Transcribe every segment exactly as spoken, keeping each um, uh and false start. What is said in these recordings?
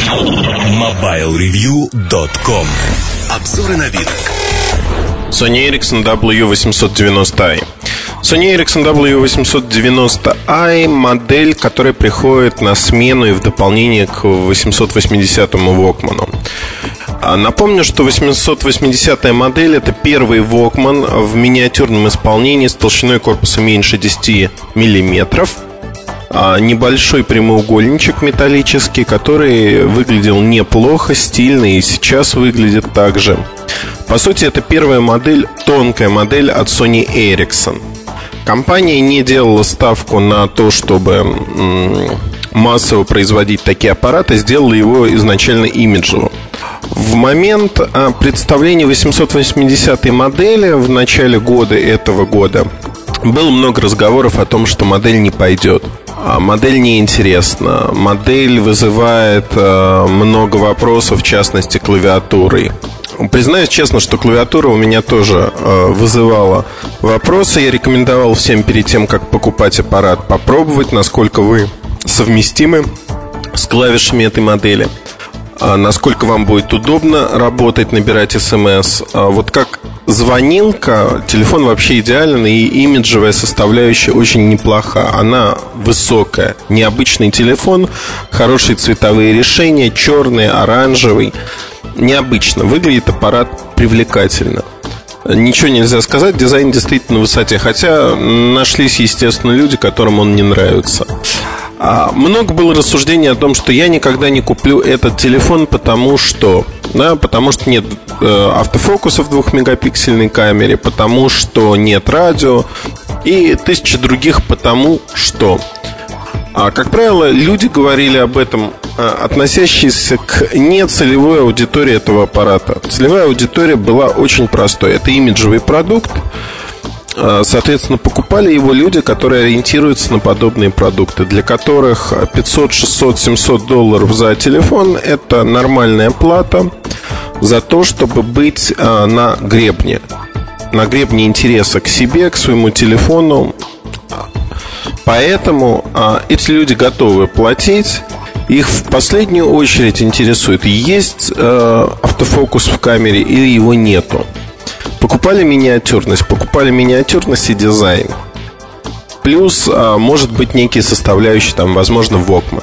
мобайл ревью точка ком. Обзоры новинок. Sony Ericsson дабл ю восемьсот девяносто ай. Sony Ericsson дабл ю восемьсот девяносто ай — модель, которая приходит на смену и в дополнение к восемьсот восьмидесятому Walkman. Напомню, что восемьсот восьмидесятая модель — это первый Walkman в миниатюрном исполнении с толщиной корпуса меньше десяти миллиметров. Небольшой прямоугольничек металлический, который выглядел неплохо, стильно и сейчас выглядит так же. По сути, это первая модель, тонкая модель от Sony Ericsson. Компания не делала ставку на то, чтобы м- массово производить такие аппараты, сделала его изначально имиджево. В момент а, представления восемьсот восьмидесятой модели в начале года этого года было много разговоров о том, что модель не пойдет. А модель неинтересна. Модель вызывает а, много вопросов, в частности, клавиатурой. Признаюсь честно, что клавиатура у меня тоже э, вызывала вопросы. Я рекомендовал всем перед тем, как покупать аппарат, попробовать, насколько вы совместимы с клавишами этой модели, э, насколько вам будет удобно работать, набирать смс. Э, вот как звонилка, телефон вообще идеален, и имиджевая составляющая очень неплоха. Она высокая, необычный телефон, хорошие цветовые решения, черный, оранжевый. Необычно, выглядит аппарат привлекательно. Ничего нельзя сказать, дизайн действительно на высоте. Хотя нашлись, естественно, люди, которым он не нравится. а, Много было рассуждений о том, что я никогда не куплю этот телефон, потому что да, потому что нет э, автофокуса в двухмегапиксельной камере, потому что нет радио и тысячи других потому что. А, как правило, люди говорили об этом, относящиеся к нецелевой аудитории этого аппарата. Целевая аудитория была очень простой. Это имиджевый продукт. Соответственно, покупали его люди, которые ориентируются на подобные продукты, для которых пятьсот, шестьсот, семьсот долларов за телефон — это нормальная плата за то, чтобы быть на гребне. На гребне интереса к себе, к своему телефону. Поэтому а, эти люди готовы платить. Их в последнюю очередь интересует, есть э, автофокус в камере или его нету. Покупали миниатюрность, покупали миниатюрность и дизайн. Плюс, а, может быть, некие составляющие, там, возможно, Walkman.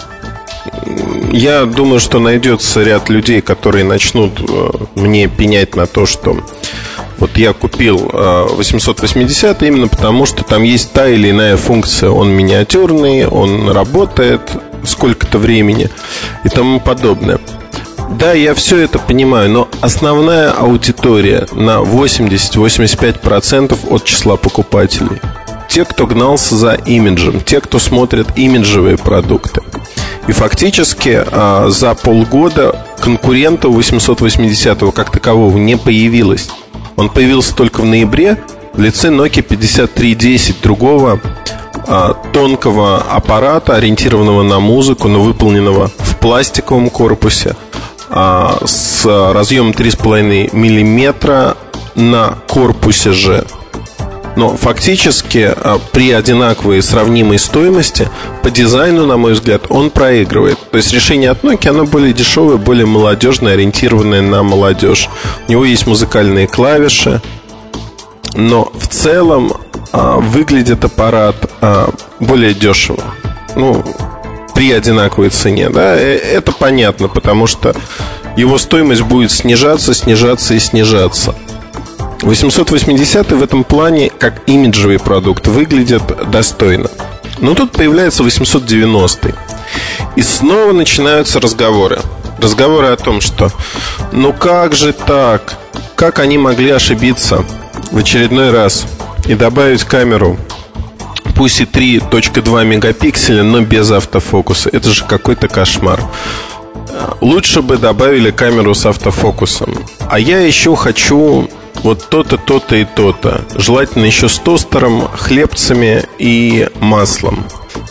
Я думаю, что найдется ряд людей, которые начнут э, мне пенять на то, что вот я купил э, восемьсот восьмидесятый именно потому, что там есть та или иная функция. Он миниатюрный, он работает сколько-то времени и тому подобное. Да, я все это понимаю, но основная аудитория на восемьдесят-восемьдесят пять процентов от числа покупателей — те, кто гнался за имиджем, те, кто смотрит имиджевые продукты. И фактически а, за полгода конкурента у восемьсот восьмидесятого как такового не появилось. Он появился только в ноябре в лице Nokia пятьдесят три десять, другого а, тонкого аппарата, ориентированного на музыку, но выполненного в пластиковом корпусе, а, с разъемом три с половиной миллиметра на корпусе же. Но фактически при одинаковой сравнимой стоимости по дизайну, на мой взгляд, он проигрывает. То есть решение от Nokia, оно более дешевое, более молодежное, ориентированное на молодежь. У него есть музыкальные клавиши, но в целом а, выглядит аппарат а, более дешево. Ну, при одинаковой цене, да, это понятно, потому что его стоимость будет снижаться, снижаться и снижаться. восемьсот восьмидесятый в этом плане, как имиджевый продукт, выглядит достойно. Но тут появляется восемьсот девяностый. И снова начинаются разговоры. Разговоры о том, что ну как же так? Как они могли ошибиться в очередной раз и добавить камеру, пусть и три целых два мегапикселя, но без автофокуса? Это же какой-то кошмар. Лучше бы добавили камеру с автофокусом. А я еще хочу вот то-то, то-то и то-то. Желательно еще с тостером, хлебцами и маслом.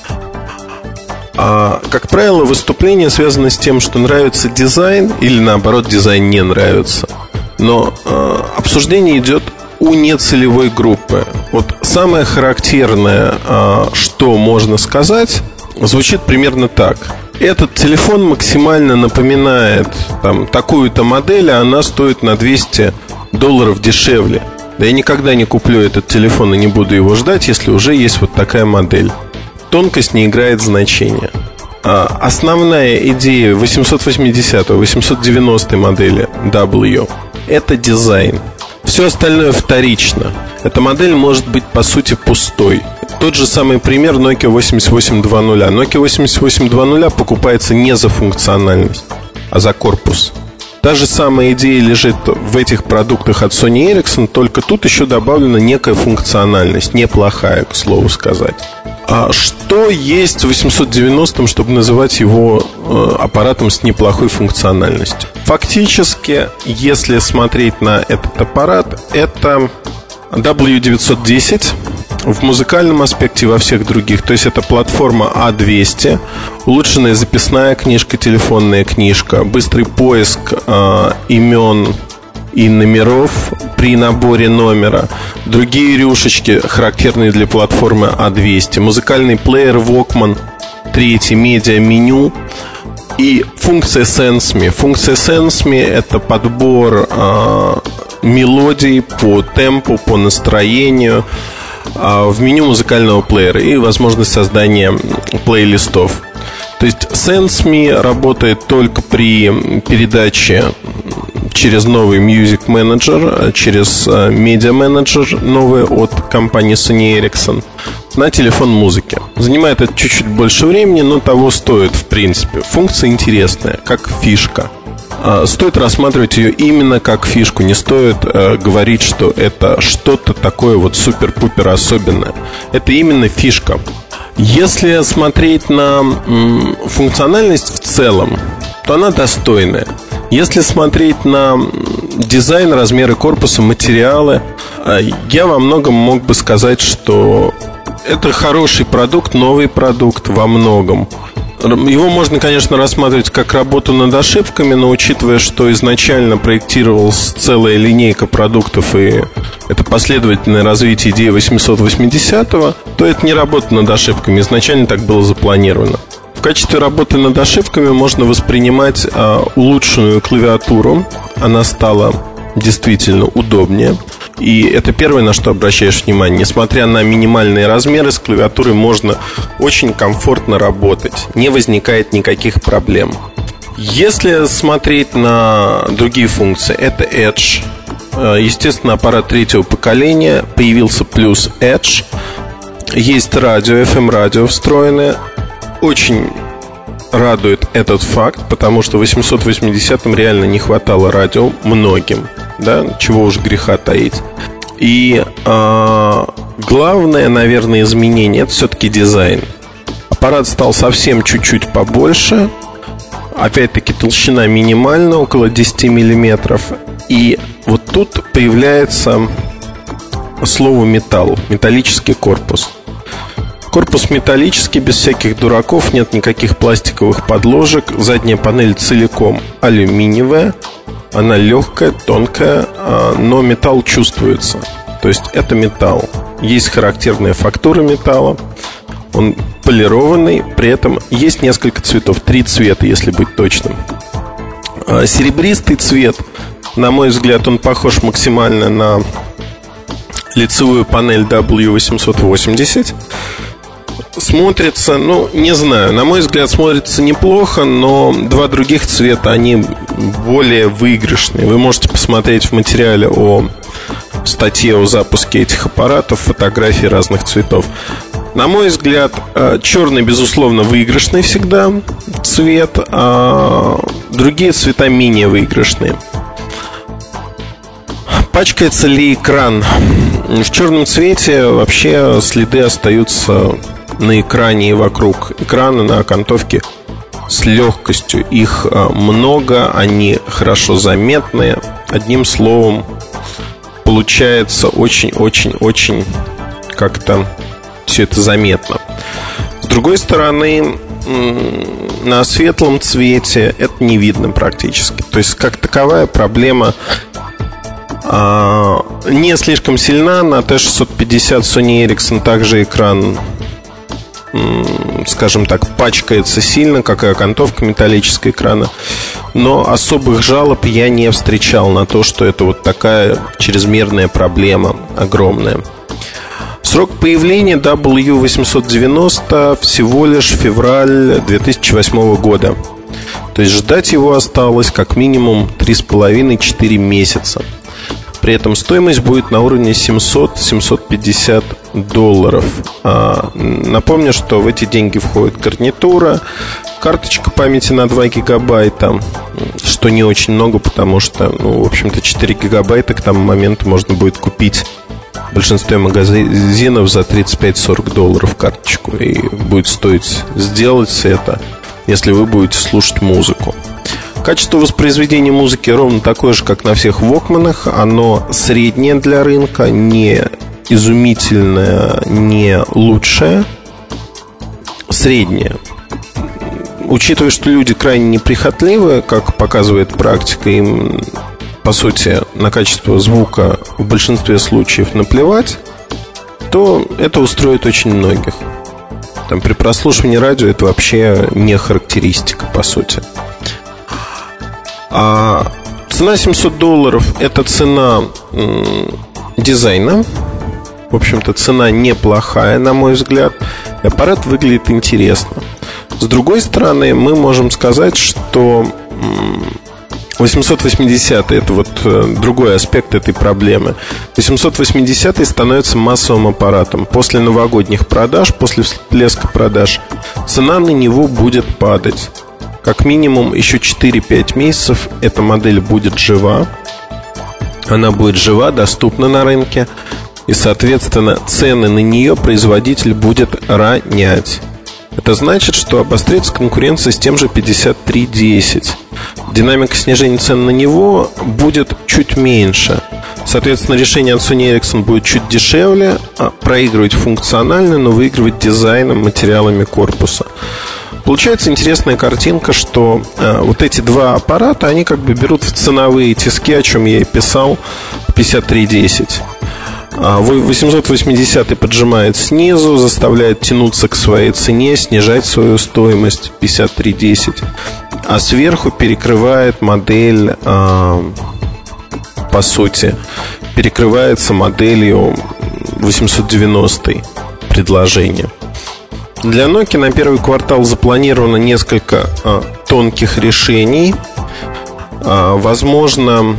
а, Как правило, выступления связаны с тем, что нравится дизайн, или наоборот, дизайн не нравится. Но а, обсуждение идет у нецелевой группы. Вот самое характерное, а, что можно сказать, звучит примерно так. этот телефон максимально напоминает там такую-то модель, а она стоит на двести долларов дешевле. Да я никогда не куплю этот телефон и не буду его ждать, если уже есть вот такая модель. Тонкость не играет значения. а Основная идея восемьсот восьмидесятой, восемьсот девяностой модели W — это дизайн. Все остальное вторично. Эта модель может быть по сути пустой. Тот же самый пример Nokia восемьдесят восемь два ноль. Nokia восемьдесят восемь два ноль покупается не за функциональность, а за корпус. Та же самая идея лежит в этих продуктах от Sony Ericsson, только тут еще добавлена некая функциональность, неплохая, к слову сказать. А что есть в восемьсот девяностом, чтобы называть его э, аппаратом с неплохой функциональностью? Фактически, если смотреть на этот аппарат, это дабл ю девятьсот десять в музыкальном аспекте и во всех других. То есть это платформа а двести, улучшенная записная книжка, телефонная книжка, быстрый поиск э, имен и номеров при наборе номера, другие рюшечки, характерные для платформы а двести, музыкальный плеер Walkman, третий, медиа-меню и функция SenseMe. Функция SenseMe — это подбор э, мелодий по темпу, по настроению э, в меню музыкального плеера и возможность создания плейлистов. То есть SenseMe работает только при передаче через новый Music Manager, через Media Manager новый от компании Sony Ericsson на телефон музыки. Занимает это чуть-чуть больше времени, но того стоит, в принципе. Функция интересная, как фишка. Стоит рассматривать ее именно как фишку. Не стоит э, говорить, что это что-то такое вот супер-пупер особенное. Это именно фишка. Если смотреть на м, функциональность в целом, то она достойная. Если смотреть на дизайн, размеры корпуса, материалы, я во многом мог бы сказать, что это хороший продукт, новый продукт во многом. Его можно, конечно, рассматривать как работу над ошибками, но учитывая, что изначально проектировалась целая линейка продуктов и это последовательное развитие идеи восемьсот восьмидесятого, то это не работа над ошибками, изначально так было запланировано. В качестве работы над ошибками можно воспринимать а, улучшенную клавиатуру. Она стала действительно удобнее. И это первое, на что обращаешь внимание. Несмотря на минимальные размеры, с клавиатурой можно очень комфортно работать. Не возникает никаких проблем. Если смотреть на другие функции, это Edge. Естественно, аппарат третьего поколения. Появился плюс Edge. Есть радио, эф эм-радио встроенное. Очень радует этот факт, потому что в восемьсот восьмидесятом реально не хватало радио многим, да, чего уж греха таить. И э, главное, наверное, изменение — это все-таки дизайн. Аппарат стал совсем чуть-чуть побольше. Опять-таки толщина минимальна, около десять миллиметров. И вот тут появляется слово металл, металлический корпус. Корпус металлический, без всяких дураков, нет никаких пластиковых подложек. Задняя панель целиком алюминиевая. Она легкая, тонкая, но металл чувствуется. То есть это металл. Есть характерная фактура металла. Он полированный, при этом есть несколько цветов. Три цвета, если быть точным. Серебристый цвет, на мой взгляд, он похож максимально на лицевую панель дабл ю восемьсот восемьдесят. Смотрится, ну, не знаю, на мой взгляд, смотрится неплохо, но два других цвета, они более выигрышные. Вы можете посмотреть в материале о статье о запуске этих аппаратов, фотографии разных цветов. На мой взгляд, черный, безусловно, выигрышный всегда цвет, а другие цвета менее выигрышные. Пачкается ли экран? В черном цвете вообще следы остаются на экране и вокруг экрана, на окантовке с легкостью. Их много, они хорошо заметные. Одним словом, получается очень-очень-очень как-то все это заметно. С другой стороны, на светлом цвете это не видно практически. То есть как таковая проблема а, не слишком сильна. На Т шестьсот пятьдесят Sony Ericsson также экран скажем так, пачкается сильно, как и окантовка металлического экрана. Но особых жалоб я не встречал на то, что это вот такая чрезмерная проблема огромная. Срок появления дабл ю восемьсот девяносто всего лишь февраль две тысячи восьмого года. То есть ждать его осталось как минимум три с половиной - четыре месяца. При этом стоимость будет на уровне семьсот - семьсот пятьдесят долларов. а, Напомню, что в эти деньги входит гарнитура, карточка памяти на два гигабайта, что не очень много, потому что, ну, в общем-то, четыре гигабайта к тому моменту можно будет купить в большинстве магазинов за тридцать пять - сорок долларов карточку. И будет стоить сделать это, если вы будете слушать музыку. Качество воспроизведения музыки ровно такое же, как на всех Walkman'ах. Оно среднее для рынка, не изумительное, не лучшее. Среднее. Учитывая, что люди крайне неприхотливы, как показывает практика, им, по сути, на качество звука в большинстве случаев наплевать, то это устроит очень многих. Там, при прослушивании радио это вообще не характеристика, по сути. А цена семьсот долларов – это цена м, дизайна. В общем-то, цена неплохая, на мой взгляд. Аппарат выглядит интересно. С другой стороны, мы можем сказать, что м, восемьсот восьмидесятый – это вот другой аспект этой проблемы. восемьсот восьмидесятый становится массовым аппаратом. После новогодних продаж, после всплеска продаж, цена на него будет падать. Как минимум еще четыре-пять месяцев эта модель будет жива. Она будет жива, доступна на рынке. И, соответственно, цены на нее производитель будет ронять. Это значит, что обострится конкуренция с тем же пятьдесят три десять. Динамика снижения цен на него будет чуть меньше. Соответственно, решение от Sony Ericsson будет чуть дешевле, проигрывать функционально, но выигрывать дизайном, материалами корпуса. Получается интересная картинка, что э, вот эти два аппарата, они как бы берут в ценовые тиски, о чем я и писал, пятьдесят три десять. а восемьсот восьмидесятый поджимает снизу, заставляет тянуться к своей цене, снижать свою стоимость, пятьдесят три десять. А сверху перекрывает модель, э, по сути, перекрывается моделью восемьсот девяностой предложение. Для Nokia на первый квартал запланировано несколько а, тонких решений. а, Возможно,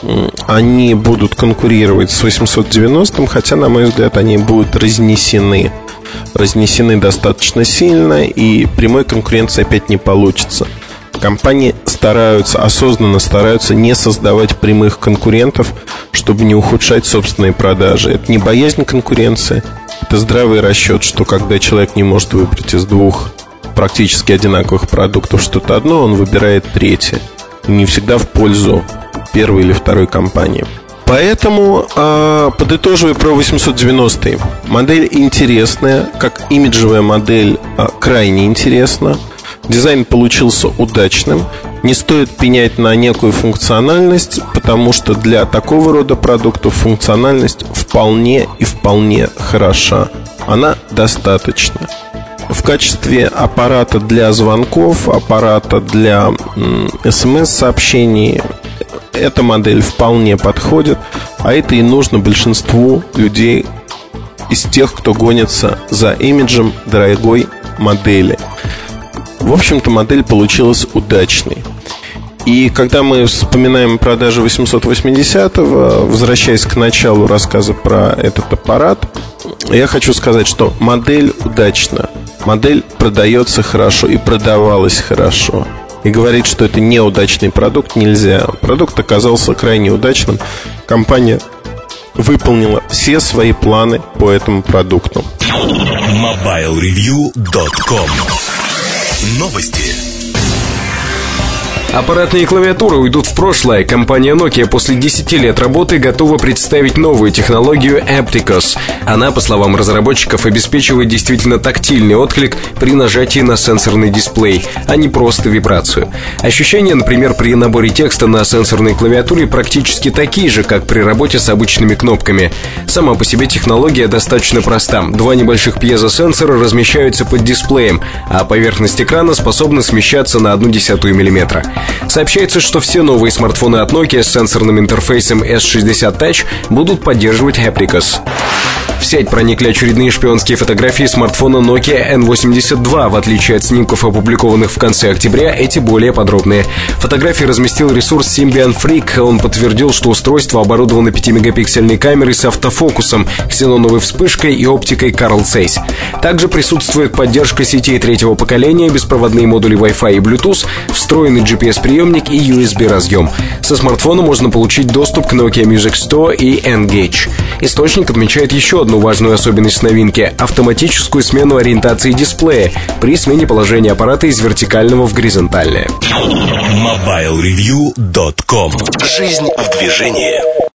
они будут конкурировать с восемьсот девяностым, хотя, на мой взгляд, они будут разнесены Разнесены достаточно сильно, и прямой конкуренции опять не получится. Компании стараются, осознанно стараются не создавать прямых конкурентов, чтобы не ухудшать собственные продажи. Это не боязнь конкуренции, это здравый расчет, что когда человек не может выбрать из двух практически одинаковых продуктов что-то одно, он выбирает третье. Не всегда в пользу первой или второй компании. Поэтому, подытоживая про восемьсот девяностый, модель интересная, как имиджевая модель крайне интересна. Дизайн получился удачным. Не стоит пенять на некую функциональность, потому что для такого рода продуктов функциональность вполне и вполне хороша. Она достаточна. В качестве аппарата для звонков, аппарата для эс эм эс-сообщений эта модель вполне подходит. А это и нужно большинству людей из тех, кто гонится за имиджем дорогой модели. В общем-то, модель получилась удачной. И когда мы вспоминаем продажи восемьсот восьмидесятого, возвращаясь к началу рассказа про этот аппарат, я хочу сказать, что модель удачна. Модель продается хорошо и продавалась хорошо. И говорить, что это неудачный продукт, нельзя. Продукт оказался крайне удачным. Компания выполнила все свои планы по этому продукту. мобайл ревью точка ком. Новости. Аппаратные клавиатуры уйдут в прошлое. Компания Nokia после десяти лет работы готова представить новую технологию Apticos. Она, по словам разработчиков, обеспечивает действительно тактильный отклик при нажатии на сенсорный дисплей, а не просто вибрацию. Ощущения, например, при наборе текста на сенсорной клавиатуре практически такие же, как при работе с обычными кнопками. Сама по себе технология достаточно проста. Два небольших пьезосенсора размещаются под дисплеем, а поверхность экрана способна смещаться на одну десятую миллиметра. Сообщается, что все новые смартфоны от Nokia с сенсорным интерфейсом эс шестьдесят Touch будут поддерживать Apticos. В сеть проникли очередные шпионские фотографии смартфона Nokia эн восемьдесят два. В отличие от снимков, опубликованных в конце октября, эти более подробные. Фотографии разместил ресурс Symbian Freak. Он подтвердил, что устройство оборудовано пятимегапиксельной камерой с автофокусом, ксеноновой вспышкой и оптикой Carl Zeiss. Также присутствует поддержка сетей третьего поколения, беспроводные модули Wi-Fi и Bluetooth, встроенный джи пи эс-приемник и ю эс би-разъем. Со смартфона можно получить доступ к Nokia Music сто и N-Gage. Источник отмечает еще одну важную особенность новинки – автоматическую смену ориентации дисплея при смене положения аппарата из вертикального в горизонтальное. мобайл ревью точка ком. Жизнь в движении.